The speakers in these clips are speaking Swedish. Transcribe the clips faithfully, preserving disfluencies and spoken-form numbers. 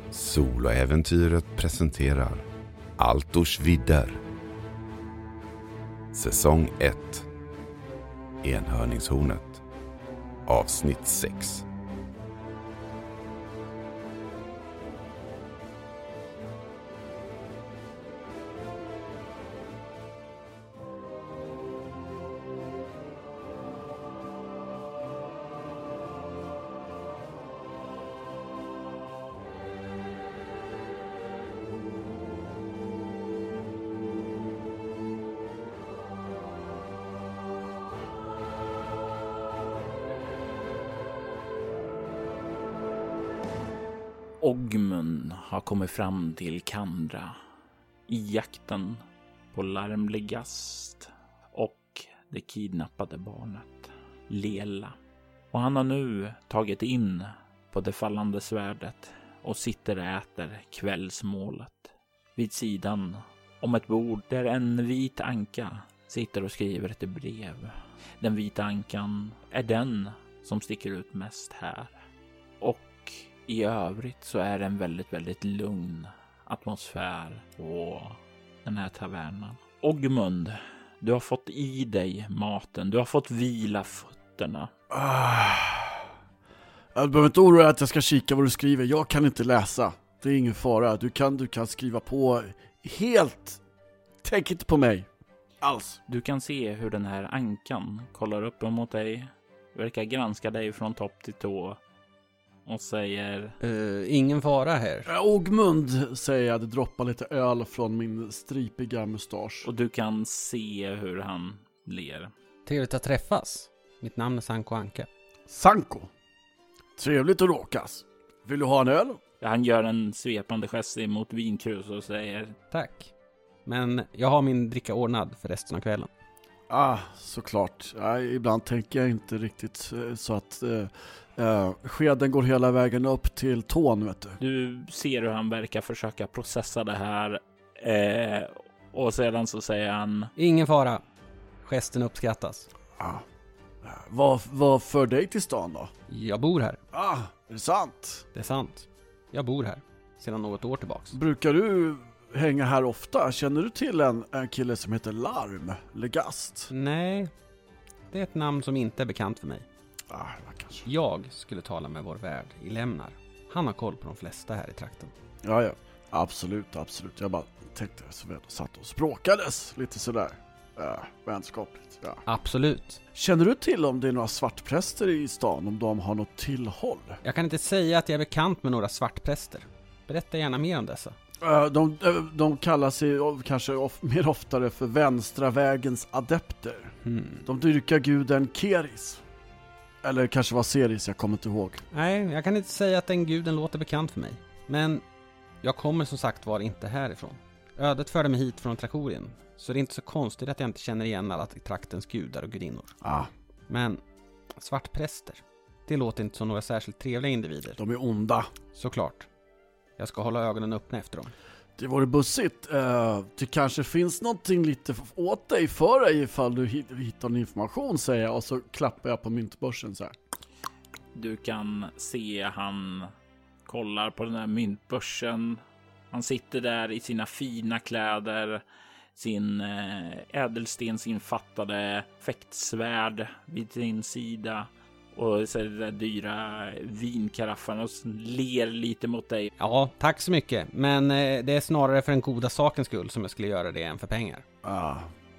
Soloäventyret presenterar Altors vidder. Säsong ett. Enhörningshornet. Avsnitt sex. Ogmund har kommit fram till Kandra i jakten på Larmlegast och det kidnappade barnet Lela. Och han har nu tagit in på det fallande svärdet och sitter och äter kvällsmålet vid sidan om ett bord där en vit anka sitter och skriver ett brev. Den vita ankan är den som sticker ut mest här. Och i övrigt så är det en väldigt, väldigt lugn atmosfär på den här tavernan. Ogmund, du har fått i dig maten. Du har fått vila fötterna. Ah. Jag behöver inte oroa att jag ska kika vad du skriver. Jag kan inte läsa. Det är ingen fara. Du kan, du kan skriva på helt. Tänk inte på mig. Alls. Du kan se hur den här ankan kollar upp mot dig. Verkar granska dig från topp till tå. Och säger... Uh, ingen fara här. Ogmund, säger jag. Det droppar lite öl från min stripiga mustasch. Och du kan se hur han ler. Trevligt att träffas. Mitt namn är Sanko Anka. Sanko? Trevligt att råkas. Vill du ha en öl? Han gör en svepande gest mot vinkrus och säger... Tack. Men jag har min dricka ordnad för resten av kvällen. Ah, såklart. Ja, ibland tänker jag inte riktigt så att... Uh, Uh, skeden går hela vägen upp till tån, vet du. Du ser hur han verkar försöka processa det här. Eh, och sedan så säger han... Ingen fara. Gesten uppskattas. Ah. Vad, vad för dig till stan då? Jag bor här. Ah, är det sant? Det är sant. Jag bor här. Sedan något år tillbaks. Brukar du hänga här ofta? Känner du till en, en kille som heter Larmlegast? Nej. Det är ett namn som inte är bekant för mig. Ah, kanske. Jag skulle tala med vår värd i Lämnar. Han har koll på de flesta här i trakten. Ja, ja. Absolut, absolut. Jag bara tänkte så vi satt och språkades lite sådär. Äh, vänskapligt. Ja. Absolut. Känner du till om det är några svartpräster i stan? Om de har något tillhåll? Jag kan inte säga att jag är bekant med några svartpräster. Berätta gärna mer om dessa. Uh, de, de kallar sig kanske of, mer oftare för vänstra vägens adepter. Hmm. De dyrkar guden Keris. Eller kanske var Ceres, jag kommer inte ihåg. Nej, jag kan inte säga att den guden låter bekant för mig. Men jag kommer som sagt var inte härifrån. Ödet förde mig hit från Trakorien. Så det är inte så konstigt att jag inte känner igen alla traktens gudar och gudinnor. Ah. Men svartpräster, det låter inte som några särskilt trevliga individer. De är onda. Såklart. Jag ska hålla ögonen öppna efter dem. Det vore bussigt. Uh, det kanske finns någonting lite åt dig för dig ifall du hittar någon information, säger jag. Och så klappar jag på myntbörsen så här. Du kan se han kollar på den här myntbörsen. Han sitter där i sina fina kläder. Sin eh, ädelstensinfattade fäktsvärd vid sin sida. Och så är det där dyra vinkaraffen och ler lite mot dig. Ja, tack så mycket. Men eh, det är snarare för en goda sakens skull som jag skulle göra det än för pengar. Ah,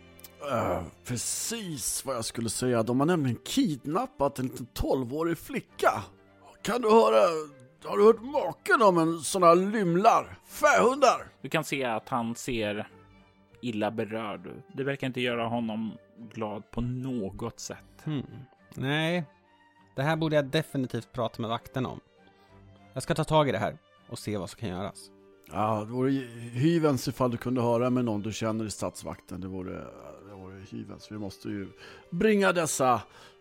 uh, precis vad jag skulle säga. De har nämligen kidnappat en liten tolvårig flicka. Kan du höra... Har du hört maken om en sån här lymlar? Fähundar! Du kan se att han ser illa berörd. Det verkar inte göra honom glad på något sätt. Hmm. Nej... Det här borde jag definitivt prata med vakten om. Jag ska ta tag i det här och se vad som kan göras. Ja, det vore hyvens ifall du kunde höra med någon du känner i stadsvakten. Det vore, det vore hyvens. Vi måste ju bringa dessa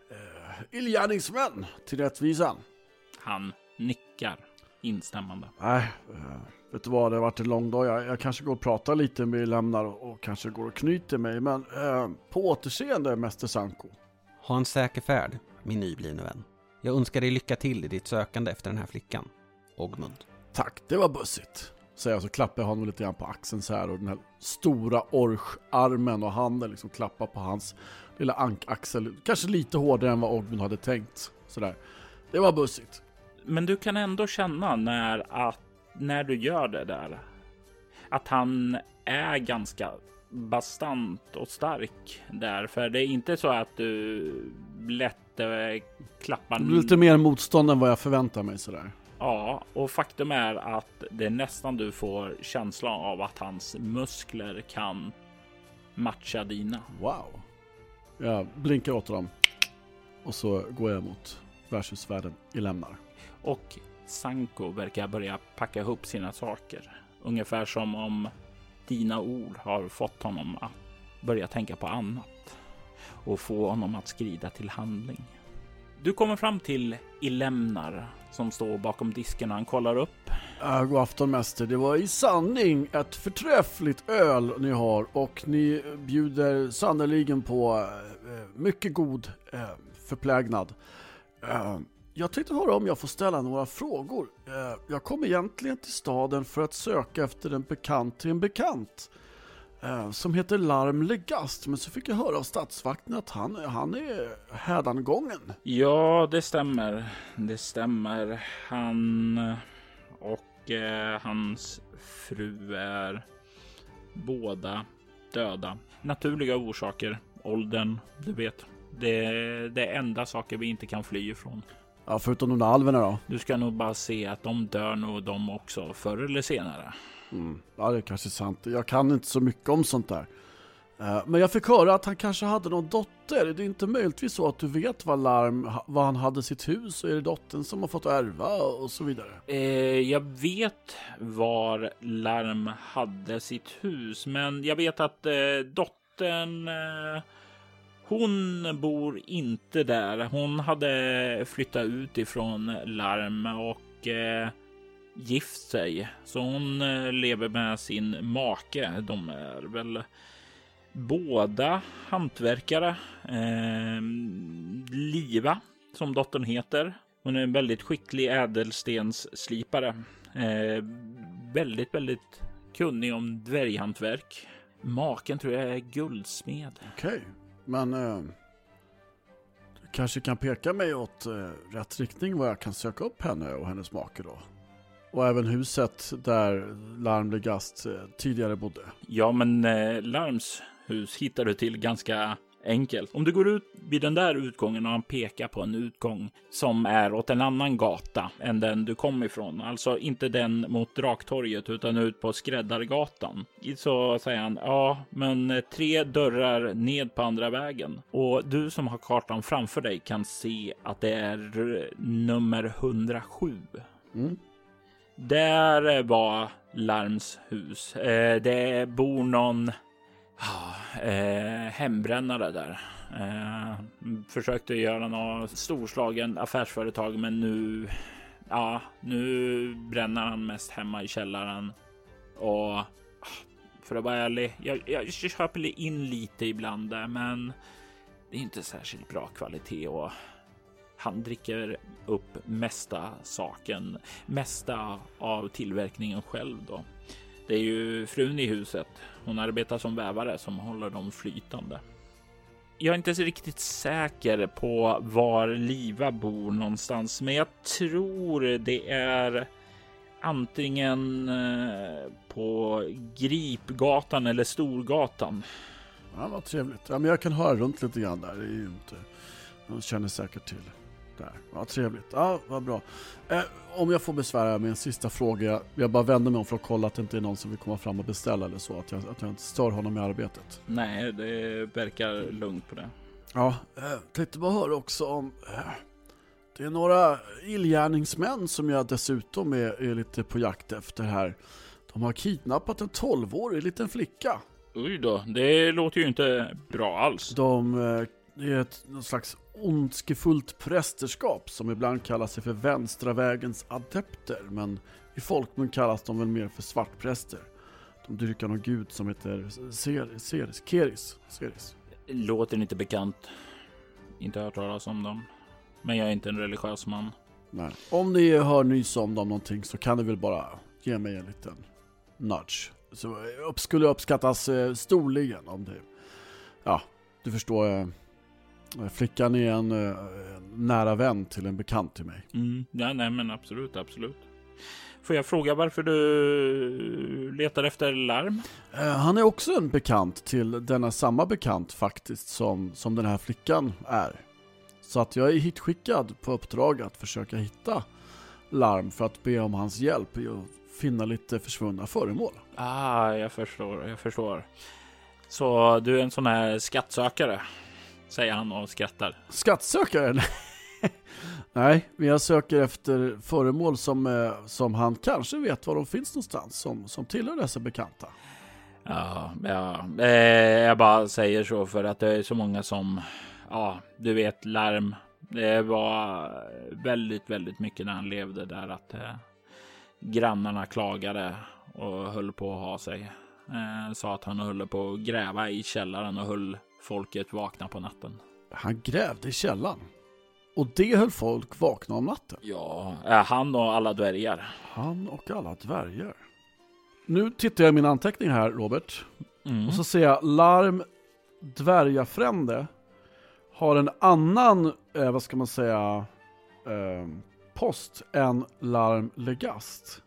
eh, illgärningsmän till rättvisan. Han nickar instämmande. Nej, eh, vet du vad? Det har varit en lång dag. Jag, jag kanske går och pratar lite med Lämnar och, och kanske går och knyter mig. Men eh, på återseende, mäster Sanko. Ha en säker färd, min nyblivna vän. Jag önskar dig lycka till i ditt sökande efter den här flickan, Ogmund. tack, det var bussigt. Så jag så klappar jag honom lite grann på axeln så här, och den här stora orcharmen och handen liksom klappar på hans lilla ankaxel. Kanske lite hårdare än vad Ogmund hade tänkt. Så där. Det var bussigt. Men du kan ändå känna när, att, när du gör det där att han är ganska bastant och stark där. För det är inte så att du lätt äh, klappar... Lite mer motstånd än vad jag förväntar mig sådär. Ja, och faktum är att det är nästan du får känslan av att hans muskler kan matcha dina. Wow. Jag blinkar åt dem. Och så går jag mot värdshusvärden i lämnar. Och Sanko verkar börja packa ihop sina saker. Ungefär som om dina ord har fått honom att börja tänka på annat. Och få honom att skrida till handling. Du kommer fram till Ilemnar som står bakom disken och han kollar upp. Äh, god afton mäster, det var i sanning ett förträffligt öl ni har och ni bjuder sannoliken på äh, mycket god äh, förplägnad. Äh, jag tänkte höra om jag får ställa några frågor. Äh, jag kom egentligen till staden för att söka efter en bekant till en bekant. Uh, som heter Larm Legast, men så fick jag höra av statsvakten att han, han är hädangången. Ja, det stämmer. Det stämmer. Han och eh, hans fru är båda döda. Naturliga orsaker. Åldern, du vet. Det är det enda saker vi inte kan fly ifrån. Ja, förutom de där alverna då. Du ska nog bara se att de dör nog de också, förr eller senare. Mm. Ja, det är kanske sant. Jag kan inte så mycket om sånt där. Uh, men jag fick höra att han kanske hade någon dotter. Det är inte möjligtvis så att du vet vad Larm, vad han hade sitt hus, och är det dottern som har fått ärva och så vidare? Eh, jag vet var Larm hade sitt hus, men jag vet att eh, dottern... Eh, hon bor inte där. Hon hade flyttat ut ifrån Larm och... Eh, gift sig. Så hon eh, lever med sin make. De är väl båda hantverkare. Eh, Liva, som dottern heter. Hon är en väldigt skicklig ädelstensslipare. Eh, väldigt, väldigt kunnig om dvärghantverk. Maken tror jag är guldsmed. Okej, okay. Men eh, du kanske kan peka mig åt eh, rätt riktning var jag kan söka upp henne och hennes make då. Och även huset där Larm Legast eh, tidigare bodde. Ja, men eh, Larms hus hittar du till ganska enkelt. Om du går ut vid den där utgången och han pekar på en utgång som är åt en annan gata än den du kom ifrån. Alltså inte den mot Draktorget utan ut på Skräddargatan. Så säger han, ja men tre dörrar ned på andra vägen. Och du som har kartan framför dig kan se att det är nummer hundrasju. Mm. Där var Larms hus. Eh, det bor någon eh, hembrännare där. Eh, försökte göra något storslagen affärsföretag, men nu, ja, nu bränner han mest hemma i källaren. Och för att vara ärlig, jag, jag köper in lite ibland där, men det är inte särskilt bra kvalitet och han dricker upp mesta saken, mesta av tillverkningen själv då. Det är ju frun i huset. Hon arbetar som vävare som håller dem flytande. Jag är inte så riktigt säker på var Liva bor någonstans, men jag tror det är antingen på Gripgatan eller Storgatan. Ja, vad trevligt. Ja, men jag kan höra runt lite grann där. Det är ju inte... Jag känner säkert till. Där. Ja, trevligt. Ja, vad bra. Eh, om jag får besvära med en sista fråga. Jag bara vänder mig om för att kolla att det inte är någon som vill komma fram och beställa eller så. Att jag, att jag inte stör honom i arbetet. Nej, det verkar lugnt på det. Ja, eh, tänkte bara höra också om... Eh, det är några illgärningsmän som jag dessutom är, är lite på jakt efter här. De har kidnappat en tolvårig liten flicka. Oj då, det låter ju inte bra alls. De... Eh, det är ett någon slags ondskefullt prästerskap som ibland kallar sig för vänstra vägens adepter, men i folkmun kallas de väl mer för svartpräster. De dyrkar någon gud som heter Ceres, Ceres, Keris, Ceres. Låter inte bekant. Inte hört talas om dem. Men jag är inte en religiös man. nej. Om ni hör nys om dem någonting så kan ni väl bara ge mig en liten nudge. Så upp, skulle uppskattas eh, storligen om det. Ja, du förstår. Eh, flickan är en eh, nära vän till en bekant till mig. Mm. Ja, nej men absolut, absolut. Får jag fråga varför du letar efter larm? Eh, han är också en bekant till denna samma bekant faktiskt som, som den här flickan är. Så att jag är hitskickad på uppdrag att försöka hitta larm för att be om hans hjälp i att finna lite försvunna föremål. Ah, jag förstår, jag förstår. Så du är en sån här skattsökare, säger han och skrattar. Skattsökare? Nej, men jag söker efter föremål som, eh, som han kanske vet var de finns någonstans, som, som tillhör dessa bekanta. Ja, ja. Eh, jag bara säger så för att det är så många som, ja, du vet, larm. Det var väldigt, väldigt mycket när han levde där att eh, grannarna klagade och höll på att ha sig. Eh, sa att han höll på att gräva i källaren och höll folket vakna på natten. Han grävde i källaren. Och det höll folk vakna om natten. Ja, eh, han och alla dvärgar. Han och alla dvärgar. Nu tittar jag i min anteckning här, Robert. Mm. Och så ser jag larm dvärgafrände har en annan, eh, vad ska man säga, eh, post än larm legast.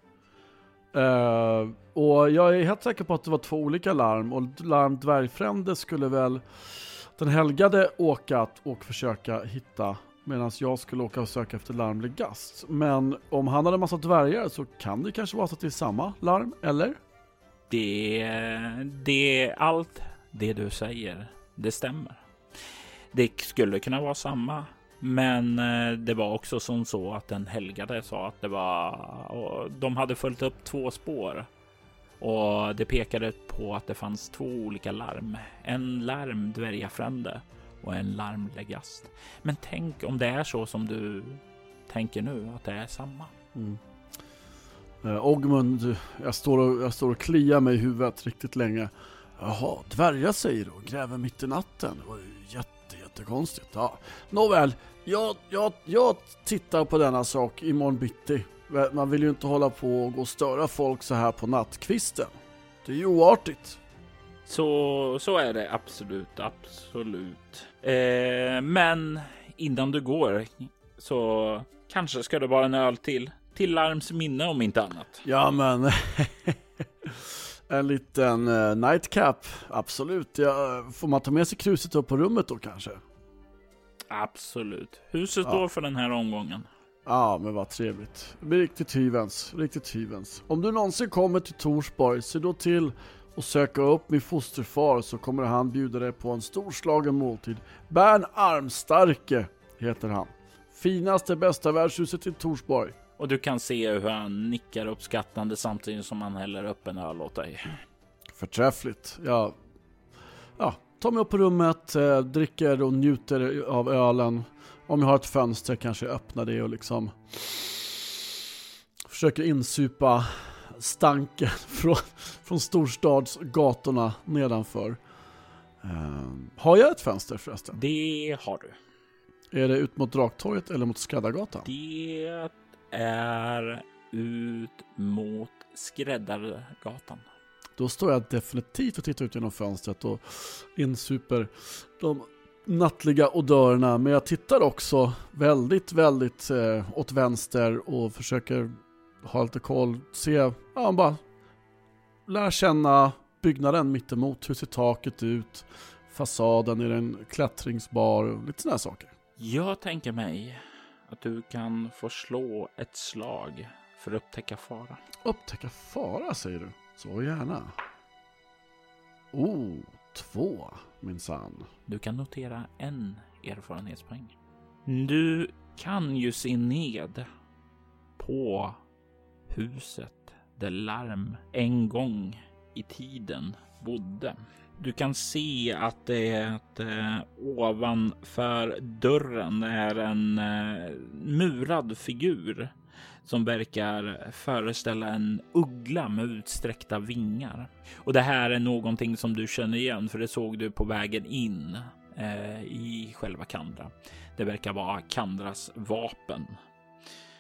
Eh, och jag är helt säker på att det var två olika larm. Och larm dvärgfrände skulle väl den helgade åka och försöka hitta, medan jag skulle åka och söka efter larm legast. Men om han hade en massa dvärgar så kan det kanske vara så att det är samma larm, eller? Det, det, allt det du säger, det stämmer. Det skulle kunna vara samma, men det var också som så att den helgade sa att det var, och de hade följt upp två spår och det pekade på att det fanns två olika larm. En larm dvärgafrände och en larmlegast. Men tänk om det är så som du tänker nu, att det är samma. Mm. Eh, Ogmund, jag står, och, jag står och kliar mig i huvudet riktigt länge. Jaha, dvärgar säger du och gräver mitt i natten. Det var ju jätte, jättekonstigt. Ja. Nåväl, jag, jag, jag tittar på denna sak imorgon bitti. Man vill ju inte hålla på och gå och störa folk så här på nattkvisten. Det är ju oartigt. Så, så är det absolut, absolut. Eh, men innan du går så kanske ska det vara en öl till. Till Larms minne om inte annat. Ja, men en liten uh, nightcap, absolut. Ja, får man ta med sig kruset upp på rummet då kanske? Absolut. Huset ja. står för den här omgången. Ja, men vad trevligt. Det blir riktigt hyvens, riktigt hyvens. Om du någonsin kommer till Torsborg, se då till att söka upp min fosterfar, så kommer han bjuda dig på en storslagen måltid. Bern Armstarke heter han. Finaste bästa värdshuset i Torsborg. Och du kan se hur han nickar uppskattande samtidigt som han häller upp en öl åt dig. Förträffligt. Ja, ja, ta mig upp på rummet, eh, dricker och njuter av ölen. Om jag har ett fönster kanske jag öppnar det och liksom försöker insupa stanken från, från storstadsgatorna nedanför. Eh, har jag ett fönster förresten? Det har du. Är det ut mot Draktorget eller mot Skräddargatan? Det är ut mot Skräddargatan. Då står jag definitivt och tittar ut genom fönstret och insuper de nattliga odörerna. Men jag tittar också väldigt, väldigt eh, åt vänster och försöker ha lite koll. Se, ja, bara lära känna byggnaden mittemot. Hur ser taket ut? Fasaden, är det en klättringsbar? Lite sådana saker. Jag tänker mig att du kan få slå ett slag för att upptäcka fara. Upptäcka fara, säger du? Så gärna. Oh, två, minsann. Du kan notera en erfarenhetspoäng. Du kan ju se ned på huset där Larm en gång i tiden bodde. Du kan se att det är att eh, ovanför dörren är en eh, murad figur som verkar föreställa en uggla med utsträckta vingar. Och det här är någonting som du känner igen, för det såg du på vägen in eh, i själva Kandra. Det verkar vara Kandras vapen.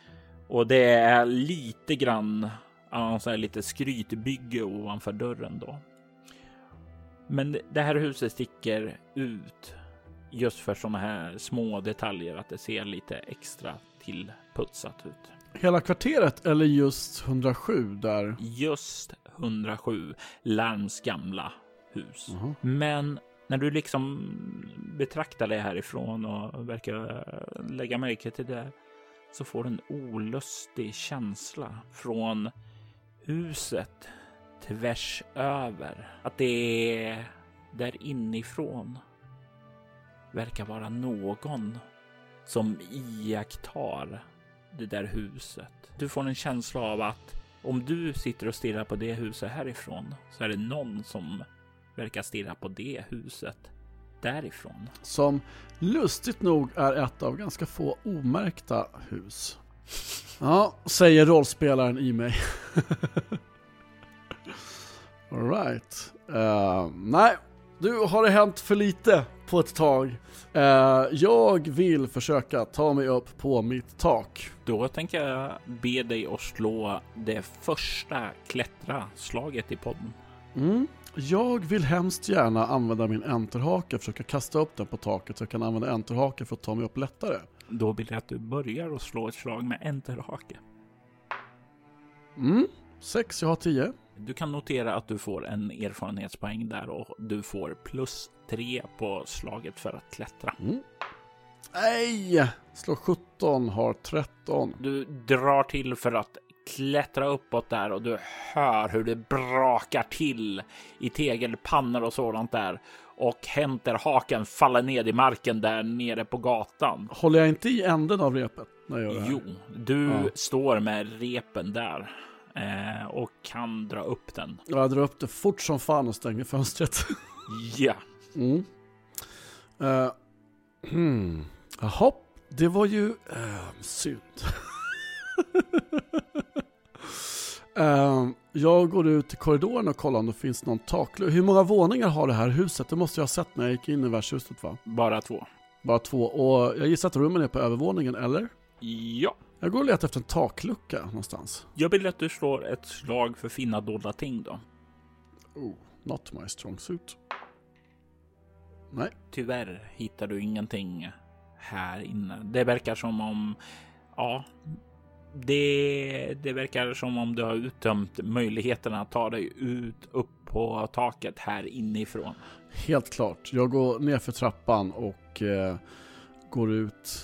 Och det är lite grann, alltså lite skrytbygge ovanför dörren då. Men det här huset sticker ut just för sådana här små detaljer, att det ser lite extra tillputsat ut. Hela kvarteret eller just hundrasju där? Just hundrasju, Larms gamla hus. Uh-huh. Men när du liksom betraktar det härifrån och verkar lägga märke till det, så får du en olustig känsla från huset tvärs över. Att det är där inifrån verkar vara någon som iakttar det där huset. Du får en känsla av att om du sitter och stirrar på det huset härifrån, så är det någon som verkar stirra på det huset därifrån. Som lustigt nog är ett av ganska få omärkta hus. Ja, säger rollspelaren i mig. All right. Uh, nej, du har det hänt för lite på ett tag. Uh, jag vill försöka ta mig upp på mitt tak. Då tänker jag be dig att slå det första klättra-slaget i podden. Mm. Jag vill hemskt gärna använda min enterhake, försöka kasta upp den på taket så jag kan använda enterhake för att ta mig upp lättare. Då vill jag att du börjar och slå ett slag med enterhake. Mm. Sex, jag har tio. Du kan notera att du får en erfarenhetspoäng där och du får plus tre på slaget för att klättra. Mm. Nej! Slå sjutton, har tretton. Du drar till för att klättra uppåt där och du hör hur det brakar till i tegelpannor och sådant där. Och enterhaken faller ned i marken där nere på gatan. Håller jag inte i änden av repet när jag gör det här? Jo, du ja. står med repen där eh, och kan dra upp den. Jag drar upp det fort som fan och stänger fönstret. Ja. Mm. Uh, hmm. Jaha, det var ju uh, synd. uh, jag går ut i korridoren och kollar om det finns någon taklucka. Hur många våningar har det här huset? Det måste jag ha sett när jag gick in i värdshuset, va? Bara två. Bara två. Och jag gissar att rummen är på övervåningen, eller? Ja. Jag går och letar efter en taklucka någonstans. Jag vill att du slår ett slag för finna dolda ting då. Oh, not my strong suit. Nej. Tyvärr hittar du ingenting här inne. Det verkar som om, ja, det, det verkar som om du har uttömt möjligheterna att ta dig ut upp på taket här inifrån. Helt klart. Jag går ner för trappan och eh, går ut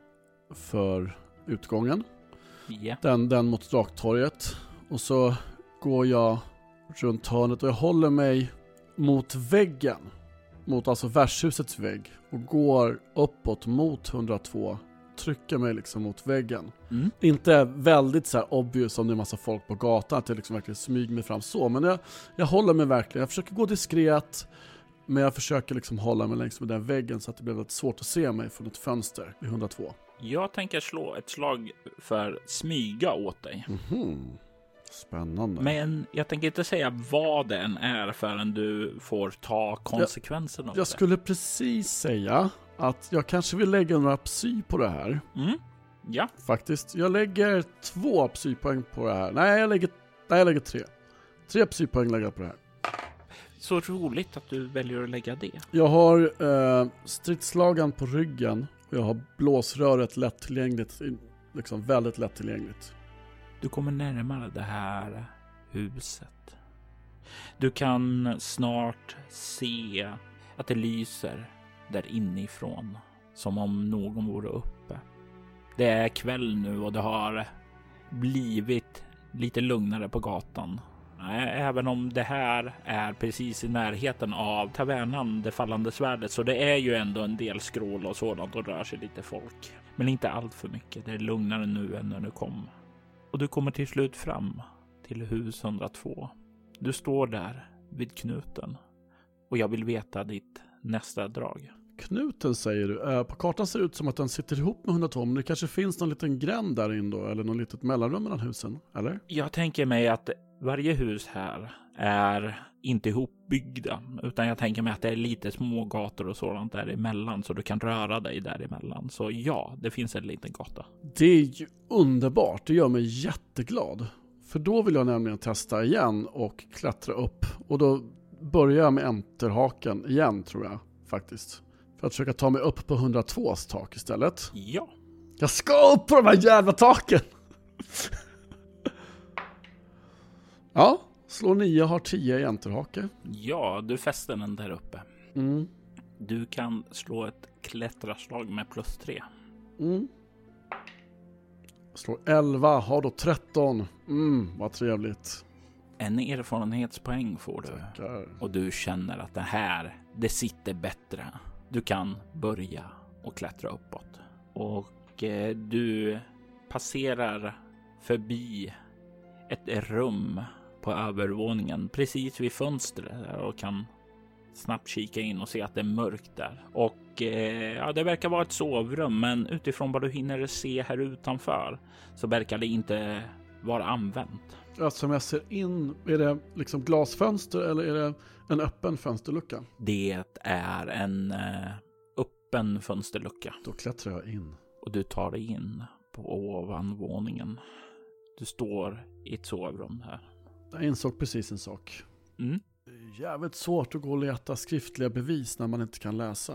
för utgången. Ja. Den, den mot Draktorget. Och så går jag runt hörnet och jag håller mig mot väggen. Mot alltså värdshusets vägg. Och går uppåt mot hundratvå. Trycker mig liksom mot väggen. Mm. Inte väldigt så här obvious om det är massa folk på gatan. Att jag liksom verkligen smyger mig fram så. Men jag, jag håller mig verkligen. Jag försöker gå diskret. Men jag försöker liksom hålla mig längs med den väggen. Så att det blir väldigt svårt att se mig från ett fönster vid hundratvå. Jag tänker slå ett slag för smyga åt dig. Mhm. Spännande. Men jag tänker inte säga vad den är förrän du får ta konsekvenserna jag, av jag det. Jag skulle precis säga att jag kanske vill lägga några psy på det här. Mm. Ja. Faktiskt. Jag lägger två psypoäng på det här. Nej, jag lägger, nej, jag lägger tre. Tre psypoäng lägger jag på det här. Så roligt att du väljer att lägga det. Jag har eh, stridslagan på ryggen. Och jag har blåsröret lättillgängligt. Liksom väldigt lättillgängligt. Du kommer närmare det här huset. Du kan snart se att det lyser där inifrån. Som om någon vore uppe. Det är kväll nu och det har blivit lite lugnare på gatan. Även om det här är precis i närheten av tavernan, det fallande svärdet, så det är ju ändå en del skrål och sådant och rör sig lite folk. Men inte allt för mycket. Det är lugnare nu än när du kom. Och du kommer till slut fram till hus hundratvå. Du står där vid knuten. Och jag vill veta ditt nästa drag. Knuten säger du. Eh, på kartan ser det ut som att den sitter ihop med hundratvå. Men det kanske finns någon liten gränd där in då. Eller någon litet mellanrum mellan husen. Eller? Jag tänker mig att varje hus här är inte ihopbyggda, utan jag tänker mig att det är lite små gator och sådant däremellan, så du kan röra dig däremellan. Så ja, det finns en liten gata. Det är ju underbart, det gör mig jätteglad. För då vill jag nämligen testa igen och klättra upp. Och då börjar jag med enterhaken igen, tror jag faktiskt. För att försöka ta mig upp på hundratvås tak istället. Ja. Jag ska upp på de här jävla taken! Ja, slår nio, har tio i enterhake. Ja, du fäster den där uppe. Mm. Du kan slå ett klättraslag med plus tre. Mm. Slår elva, har då tretton. Mm, vad trevligt. En erfarenhetspoäng får du. Tackar. Och du känner att det här, det sitter bättre. Du kan börja och klättra uppåt. Och eh, du passerar förbi ett rum på övervåningen precis vid fönstret där och kan snabbt kika in och se att det är mörkt där. Och eh, ja, det verkar vara ett sovrum, men utifrån vad du hinner se här utanför så verkar det inte vara använt. Alltså, som jag ser in, är det liksom glasfönster eller är det en öppen fönsterlucka? Det är en eh, öppen fönsterlucka. Då klättrar jag in. Och du tar dig in på ovanvåningen. Du står i ett sovrum här. Jag insåg precis en sak. Mm. Det är jävligt svårt att gå och leta skriftliga bevis när man inte kan läsa.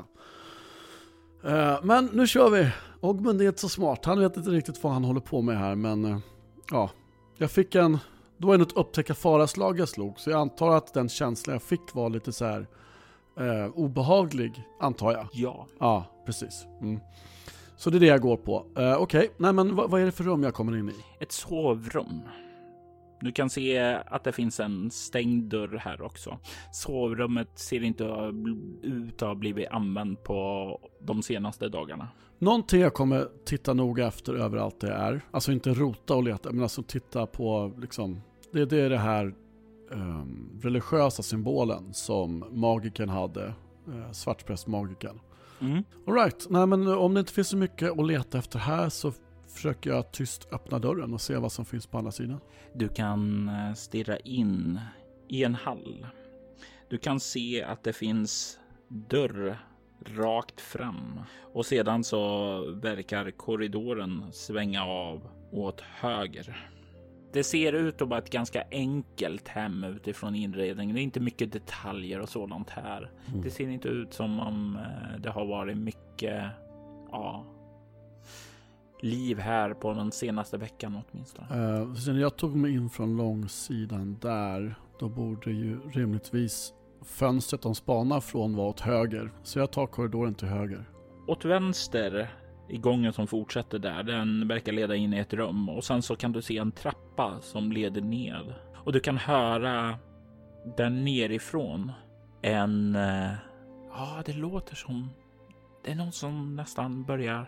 Uh, men nu kör vi. Ogmund är inte så smart. Han vet inte riktigt vad han håller på med här. Men uh, ja, jag fick en... Det var ett upptäcka faraslag jag slog. Så jag antar att den känslan jag fick var lite så här uh, obehaglig, antar jag. Ja. Ja, precis. Mm. Så det är det jag går på. Uh, Okej, okay. Nej men vad, vad är det för rum jag kommer in i? Ett sovrum. Du kan se att det finns en stängd dörr här också. Sovrummet ser inte ut att ha blivit använt på de senaste dagarna. Någonting jag kommer titta noga efter överallt det är. Alltså inte rota och leta, men alltså titta på liksom, det, det är det här um, religiösa symbolen som magiken hade, uh, svartprästmagiken. Mm. All right. Nej, men om det inte finns så mycket att leta efter här så försöker jag tyst öppna dörren och se vad som finns på andra sidan. Du kan stirra in i en hall. Du kan se att det finns dörr rakt fram. Och sedan så verkar korridoren svänga av åt höger. Det ser ut att vara ett ganska enkelt hem utifrån inredningen. Det är inte mycket detaljer och sådant här. Mm. Det ser inte ut som om det har varit mycket... ja... liv här på den senaste veckan åtminstone. Uh, sen jag tog mig in från långsidan där, då borde ju rimligtvis fönstret de spanar från var åt höger. Så jag tar korridoren till höger. Åt vänster i gången som fortsätter där, den verkar leda in i ett rum. Och sen så kan du se en trappa som leder ned. Och du kan höra där nerifrån en... Uh, ja, det låter som... det är någon som nästan börjar...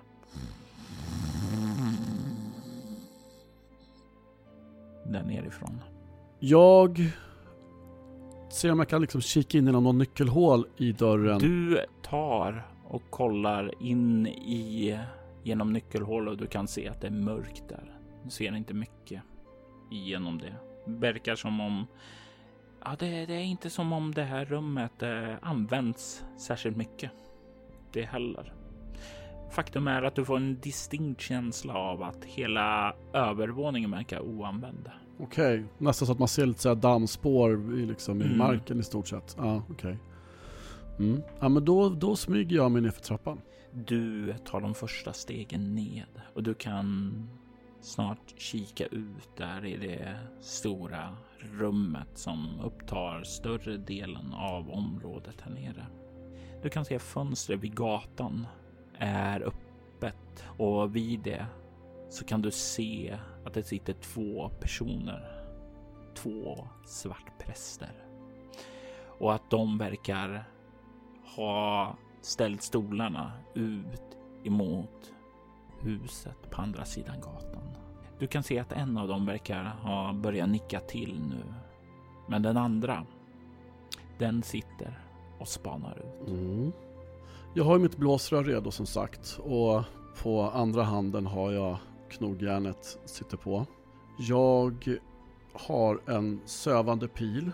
där nerifrån. Jag ser om jag kan liksom kika in i någon nyckelhål i dörren. Du tar och kollar in i genom nyckelhål och du kan se att det är mörkt där. Du ser inte mycket igenom det. Verkar som om ja, det, det är inte som om det här rummet eh, används särskilt mycket. Det heller. Faktum är att du får en distinkt känsla av att hela övervåningen verkar oanvänd. Okej, okay. Nästan så att man ser lite så här dammspår i, liksom, i mm. marken i stort sett. Ja, okej. Okay. Mm. Ja, men då, då smyger jag mig ner för trappan. Du tar de första stegen ned och du kan snart kika ut där i det stora rummet som upptar större delen av området här nere. Du kan se fönstret vid gatan är öppet och vid det så kan du se att det sitter två personer, två svartpräster, och att de verkar ha ställt stolarna ut emot huset på andra sidan gatan. Du kan se att en av dem verkar ha börjat nicka till nu, men den andra, den sitter och spanar ut. Mm. Jag har ju mitt blåsrör redo som sagt, och på andra handen har jag knogjärnet sitter på. Jag har en sövande pil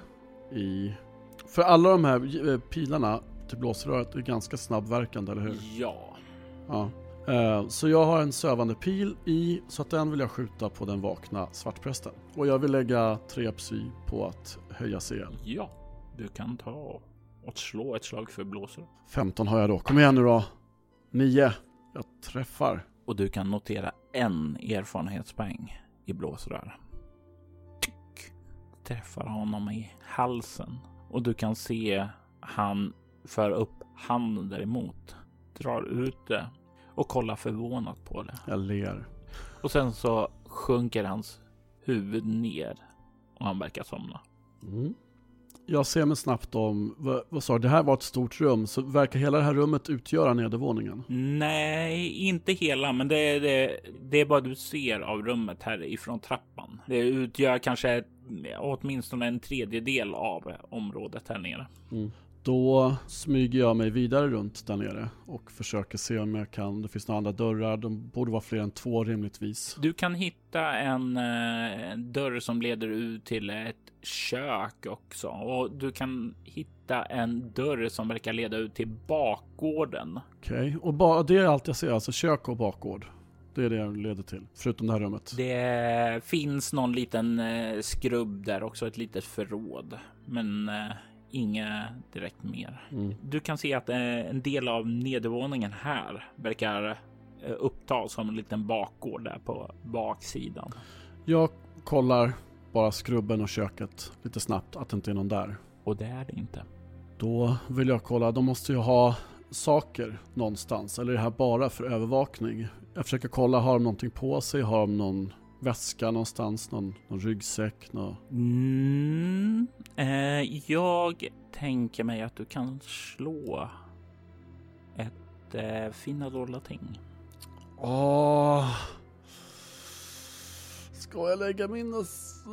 i... För alla de här eh, pilarna till blåsröret är ganska snabbverkande, eller hur? Ja. Ja. Eh, så jag har en sövande pil i, så att den vill jag skjuta på den vakna svartprästen. Och jag vill lägga tre psy på att höja C L. Ja, du kan ta och slå ett slag för blåsrör. femton har jag då. Kom igen nu då. nio. Jag träffar. Och du kan notera en erfarenhetspoäng i blåsrör. Träffar honom i halsen. Och du kan se han för upp handen däremot. Drar ut det och kollar förvånat på det. Jag ler. Och sen så sjunker hans huvud ner och han verkar somna. Mm. Jag ser mig snabbt om, vad, vad sa du? Det här var ett stort rum, så verkar hela det här rummet utgöra nedervåningen? Nej, inte hela, men det, det, det är vad du ser av rummet här ifrån trappan. Det utgör kanske åtminstone en tredjedel av området här nere. Mm. Då smyger jag mig vidare runt där nere och försöker se om jag kan, det finns några andra dörrar, de borde vara fler än två rimligtvis. Du kan hitta en, en dörr som leder ut till ett kök också, och du kan hitta en dörr som verkar leda ut till bakgården. Okej, okay. Och bara, det är allt jag ser, alltså kök och bakgård. Det är det jag leder till, förutom det här rummet. Det finns någon liten skrubb där också, ett litet förråd, men inga direkt mer. Mm. Du kan se att en del av nedervåningen här verkar upptas som en liten bakgård där på baksidan. Jag kollar bara skrubben och köket lite snabbt att det inte är någon där. Och det är det inte. Då vill jag kolla, de måste ju ha saker någonstans, eller är det här bara för övervakning? Jag försöker kolla, har de någonting på sig? Har de någon väska någonstans? Någon, någon ryggsäck? Någon... Mm, eh, jag tänker mig att du kan slå ett eh, finna dolda ting. Åh... Ska jag lägga mina...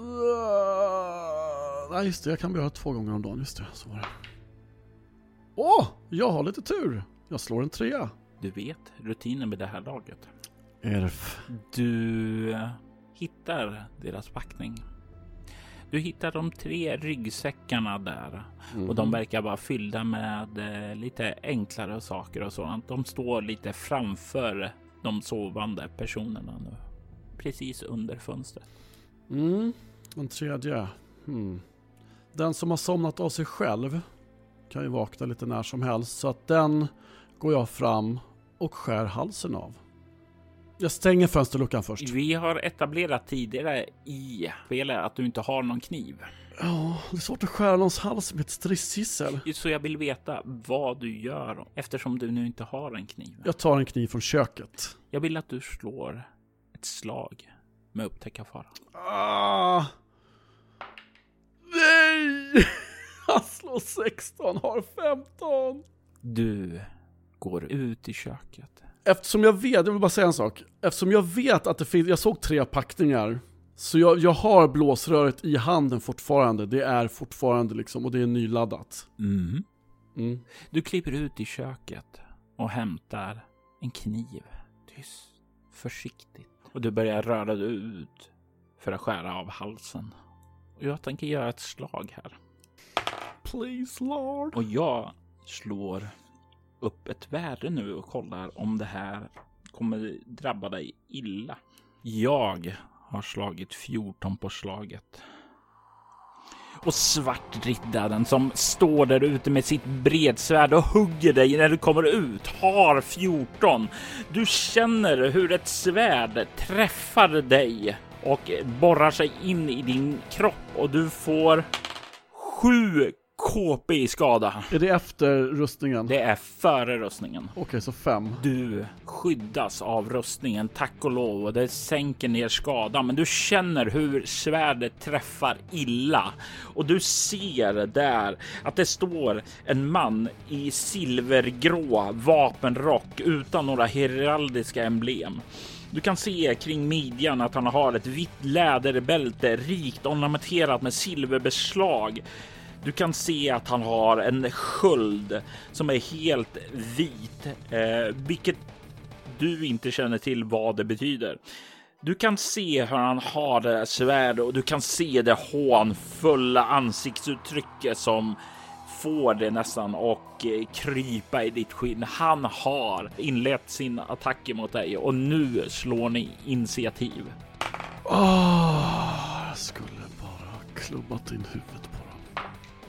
Nej just det, jag kan göra två gånger om dagen, just det, så var det. Åh, jag har lite tur. Jag slår en trea. Du vet rutinen med det här laget. Erf. Du hittar deras packning. Du hittar de tre ryggsäckarna där. Mm. Och de verkar vara fyllda med eh, lite enklare saker och sådant. De står lite framför de sovande personerna nu. Precis under fönstret. Mm, den tredje. Hmm. Den som har somnat av sig själv kan ju vakna lite när som helst. Så att den går jag fram och skär halsen av. Jag stänger fönsterluckan först. Vi har etablerat tidigare i spelet att du inte har någon kniv. Ja, det är svårt att skära någons hals med ett stridsgissel. Så jag vill veta vad du gör eftersom du nu inte har en kniv. Jag tar en kniv från köket. Jag vill att du slår ett slag med upptäcka fara. Ah! Nej! Han slår sexton, har femton. Du går ut i köket. Eftersom jag vet, jag vill bara säga en sak. Eftersom jag vet att det finns, jag såg tre packningar. Så jag, jag har blåsröret i handen fortfarande. Det är fortfarande liksom, och det är nyladdat. Mm. Mm. Du klipper ut i köket och hämtar en kniv. Tyst, försiktigt. Och du börjar röra dig ut för att skära av halsen. Och jag tänker göra ett slag här. Please Lord. Och jag slår upp ett värde nu och kollar om det här kommer drabba dig illa. Jag har slagit fjorton på slaget. Och svartriddaren som står där ute med sitt bredsvärd och hugger dig när du kommer ut har fjorton. Du känner hur ett svärd träffar dig och borrar sig in i din kropp och du får sju K P i skada. Är det efter rustningen? Det är före rustningen. Okej, okay, så fem. Du skyddas av rustningen, tack och lov, och det sänker ner skadan. Men du känner hur svärdet träffar illa. Och du ser där att det står en man i silvergrå vapenrock utan några heraldiska emblem. Du kan se kring midjan att han har ett vitt läderbälte rikt ornamenterat med silverbeslag. Du kan se att han har en sköld som är helt vit, eh, vilket du inte känner till vad det betyder. Du kan se hur han har det svärd och du kan se det hånfulla ansiktsuttrycket som får det nästan och krypa i ditt skinn. Han har inlett sin attack mot dig och nu slår ni initiativ. Åh, jag skulle bara ha klubbat in huvudet på dem.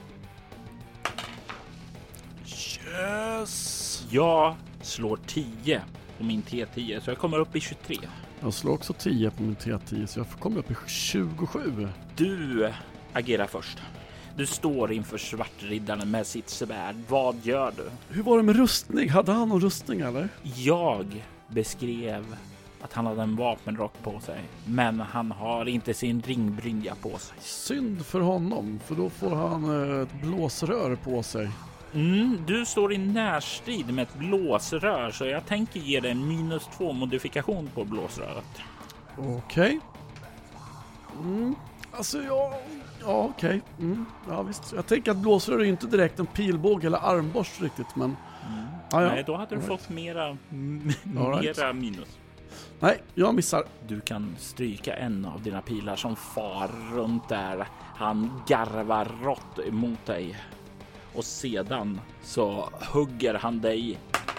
Yes! Jag slår tio på min T tio så jag kommer upp i tjugotre. Jag slår också tio på min T tio så jag kommer upp i tjugosju. Du agerar först. Du står inför Svartriddaren med sitt svärd. Vad gör du? Hur var det med rustning? Hade han någon rustning eller? Jag beskrev att han hade en vapenrock på sig, men han har inte sin ringbrynja på sig. Synd för honom, för då får han ett blåsrör på sig. Mm, du står i närstrid med ett blåsrör, så jag tänker ge dig en minus två modifikation på blåsröret. Okej. Okay. Mm, alltså jag... Ja, okej. Okay. Mm, ja, visst. Jag tänker att blåsrör är inte direkt en pilbåge eller armborst riktigt, men... Mm. Ah, ja. Nej, då hade du right. fått mera, m- mera right. minus. Nej, jag missar. Du kan stryka en av dina pilar som far runt där. Han garvar rått emot dig. Och sedan så hugger han dig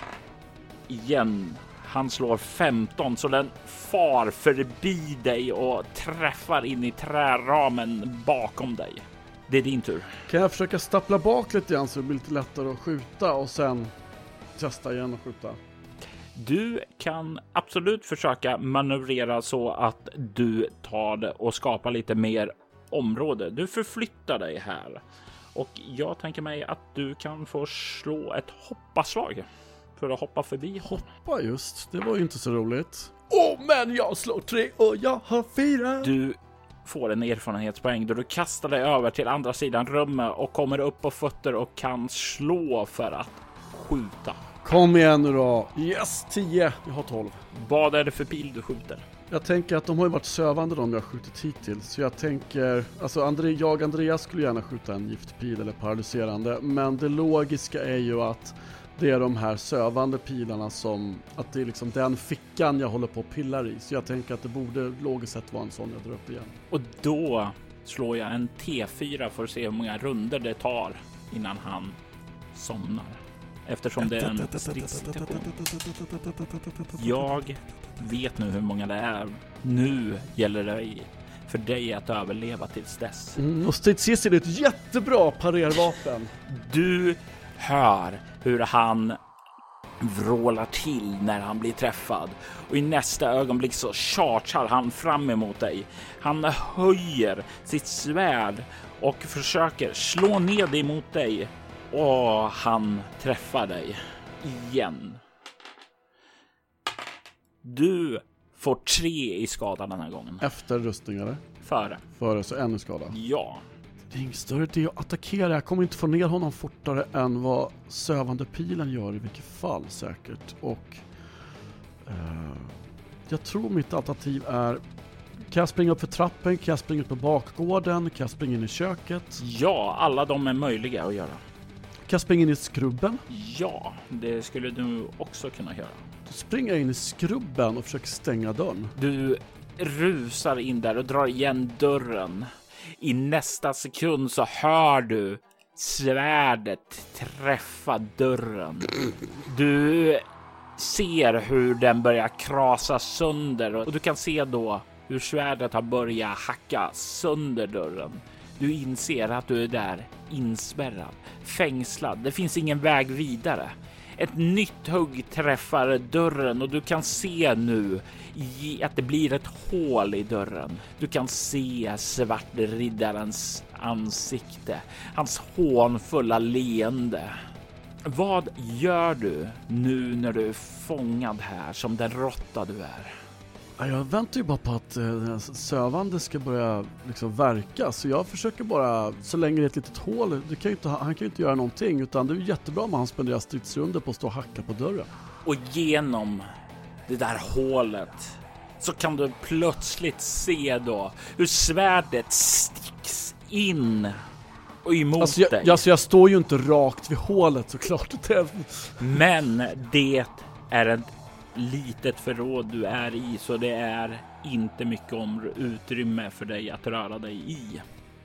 igen. Han slår femton så den far förbi dig och träffar in i träramen bakom dig. Det är din tur. Kan jag försöka stappla bak lite grann så det blir lite lättare att skjuta och sen testa igen och skjuta? Du kan absolut försöka manövrera så att du tar det och skapar lite mer område. Du förflyttar dig här. Och jag tänker mig att du kan få slå ett hoppaslag för att hoppa förbi. Hoppa just, det var ju inte så roligt. Åh, oh, men jag slår tre och jag har fyra. Du får en erfarenhetspoäng då du kastar dig över till andra sidan rummet och kommer upp på fötter och kan slå för att skjuta. Kom igen nu då. Yes, tio. Jag har tolv. Vad är det för pil du skjuter? Jag tänker att de har ju varit sövande de jag har skjutit hittills. Så jag tänker, alltså André, jag Andreas skulle gärna skjuta en giftpil eller paralyserande. Men det logiska är ju att det är de här sövande pilarna som, att det är liksom den fickan jag håller på och pillar i. Så jag tänker att det borde logiskt sett vara en sån jag drar upp igen. Och då slår jag en T fyra för att se hur många runder det tar innan han somnar. Eftersom det är en stridssituation. Jag vet nu hur många det är. Nu gäller det för dig att överleva tills dess. Mm, och stridsgissel är ett jättebra parervapen. Du hör hur han vrålar till när han blir träffad. Och i nästa ögonblick så chargear han fram emot dig. Han höjer sitt svärd och försöker slå ner dig mot dig. Och han träffar dig igen. Du får tre i skada den här gången. Efter rustning eller? Före. Före, så ännu skada. Ja. Det är ingen större idé att attackera. Jag kommer inte få ner honom fortare än vad sövande pilen gör i vilket fall säkert. Och eh, jag tror mitt alternativ är: kan jag springa upp för trappen? Kan jag springa ut på bakgården? Kan jag springa in i köket? Ja, alla de är möjliga att göra. Kan jag springa in i skrubben? Ja, det skulle du också kunna göra. Då springer jag in i skrubben och försöker stänga dörren. Du rusar in där och drar igen dörren. I nästa sekund så hör du svärdet träffa dörren. Du ser hur den börjar krasa sönder och du kan se då hur svärdet har börjat hacka sönder dörren. Du inser att du är där inspärrad, fängslad. Det finns ingen väg vidare. Ett nytt hugg träffar dörren och du kan se nu att det blir ett hål i dörren. Du kan se Svartriddarens ansikte, hans hånfulla leende. Vad gör du nu när du är fångad här som den råtta du är? Jag väntar ju bara på att eh, sövande ska börja liksom verka. Så jag försöker bara, så länge det är ett litet hål, det kan ju inte, han kan ju inte göra någonting. Utan det är jättebra om han spenderar stridsrunder på att stå och hacka på dörren. Och genom det där hålet så kan du plötsligt se då hur svärdet sticks in och emot alltså jag, dig. Alltså jag står ju inte rakt vid hålet såklart. Men det är ett litet förråd du är i, så det är inte mycket om utrymme för dig att röra dig i.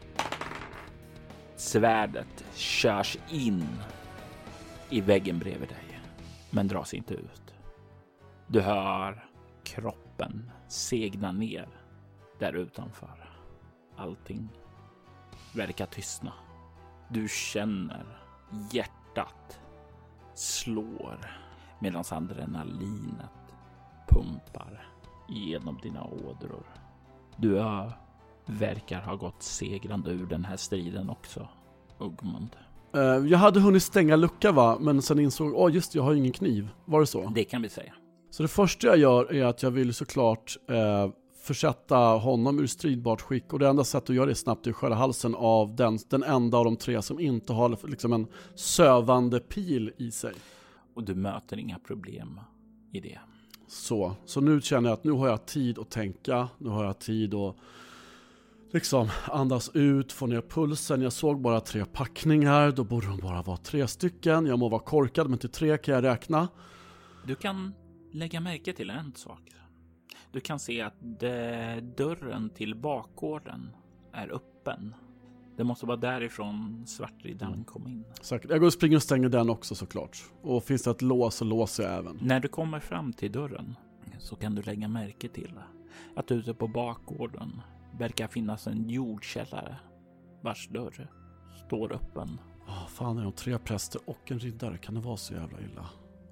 Svärdet körs in i väggen bredvid dig, men dras inte ut. Du hör kroppen segna ner där utanför. Allting verkar tystna. Du känner hjärtat slår medan adrenalinet pumpar genom dina ådror. Du är, verkar ha gått segrande ur den här striden också, Ugmund. Uh, jag hade hunnit stänga lucka va, men sen insåg, åh oh, just jag har ingen kniv. Var det så? Det kan vi säga. Så det första jag gör är att jag vill såklart eh, försätta honom ur stridbart skick. Och det enda sättet att göra det snabbt är att skära halsen av den, den enda av de tre som inte har liksom en sövande pil i sig. Och du möter inga problem i det. Så, så nu känner jag att nu har jag tid att tänka. Nu har jag tid att liksom andas ut, få ner pulsen. Jag såg bara tre packningar, då borde de bara vara tre stycken. Jag må vara korkad, men till tre kan jag räkna. Du kan lägga märke till en sak. Du kan se att det, dörren till bakgården är öppen. Det måste vara därifrån Svartriddaren kom in. Säkert. Jag går och springer och stänger den också såklart. Och finns det ett lås så låser jag även. När du kommer fram till dörren så kan du lägga märke till att ute på bakgården verkar finnas en jordkällare vars dörr står öppen. Oh, fan är de tre präster och en riddare? Kan det vara så jävla illa?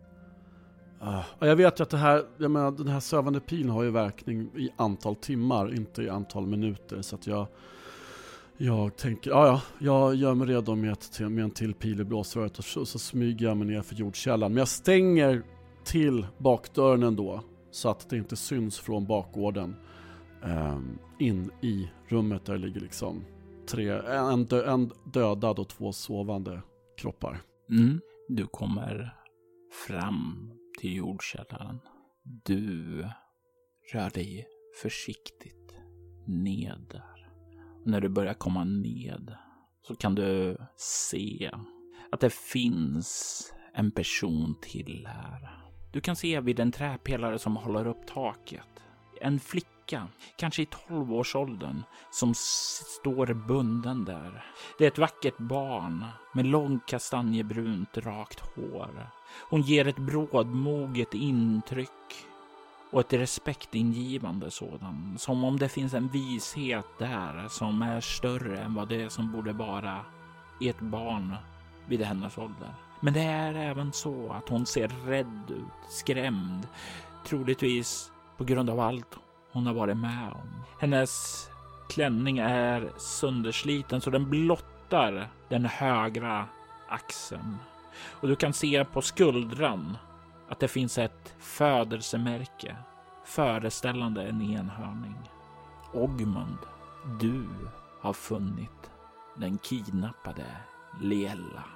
Uh, jag vet ju att det här, jag menar, den här sövande pilen har ju verkning i antal timmar, inte i antal minuter. Så att jag, jag tänker, ja ja, jag gör mig redo med, ett, med en till pil i blåsröret och så, så smyger jag mig ner för jordkällan. Men jag stänger till bakdörren ändå så att det inte syns från bakgården um, in i rummet där det ligger liksom tre, en, dö, en dödad och två sovande kroppar. Mm. Du kommer fram till jordkällaren. Du rör dig försiktigt ned där. Och när du börjar komma ned så kan du se att det finns en person till här. Du kan se vid en träpelare som håller upp taket en flicka, kanske i tolvårsåldern, som står bunden där. Det är ett vackert barn med långt kastanjebrunt rakt hår. Hon ger ett brådmoget intryck och ett respektingivande sådan, som om det finns en vishet där som är större än vad det är som borde vara i ett barn vid hennes ålder. Men det är även så att hon ser rädd ut, skrämd, troligtvis på grund av allt hon har varit med om. Hennes klänning är söndersliten så den blottar den högra axeln. Och du kan se på skuldran att det finns ett födelsemärke föreställande en enhörning. Ogmund, du har funnit den kidnappade Lela.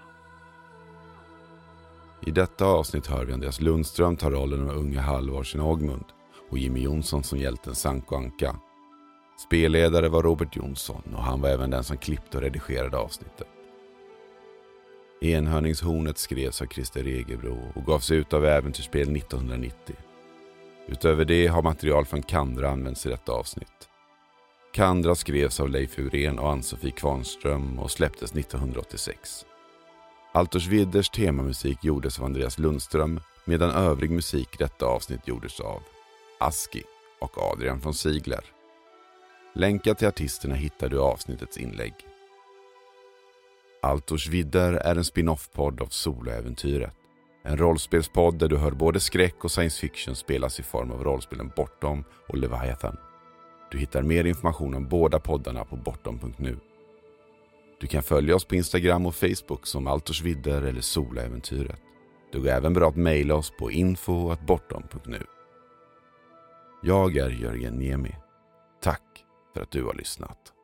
I detta avsnitt hör vi Andreas Lundström ta rollen av unga halvårsen Ogmund och Jimmy Jonsson som hjälten Sanko Anka. Spelledare var Robert Jonsson och han var även den som klippte och redigerade avsnittet. Enhörningshornet skrevs av Christer Egebro och gavs ut av Äventyrsspel nittonhundranittio. Utöver det har material från Kandra använts i detta avsnitt. Kandra skrevs av Leif Urén och Ann-Sofie Kvarnström och släpptes nittonhundraåttiosex. Altors Vidders temamusik gjordes av Andreas Lundström, medan övrig musik i detta avsnitt gjordes av Aski och Adrian von Ziegler. Länkar till artisterna hittar du i avsnittets inlägg. Altors Vidder är en spin-off-podd av Soloäventyret. En rollspelspodd där du hör både skräck och science fiction spelas i form av rollspelen Bortom och Leviathan. Du hittar mer information om båda poddarna på bortom punkt nu. Du kan följa oss på Instagram och Facebook som Altors Vidder eller Soloäventyret. Du går även bra att mejla oss på info at bortom punkt nu. Jag är Jörgen Niemi. Tack för att du har lyssnat.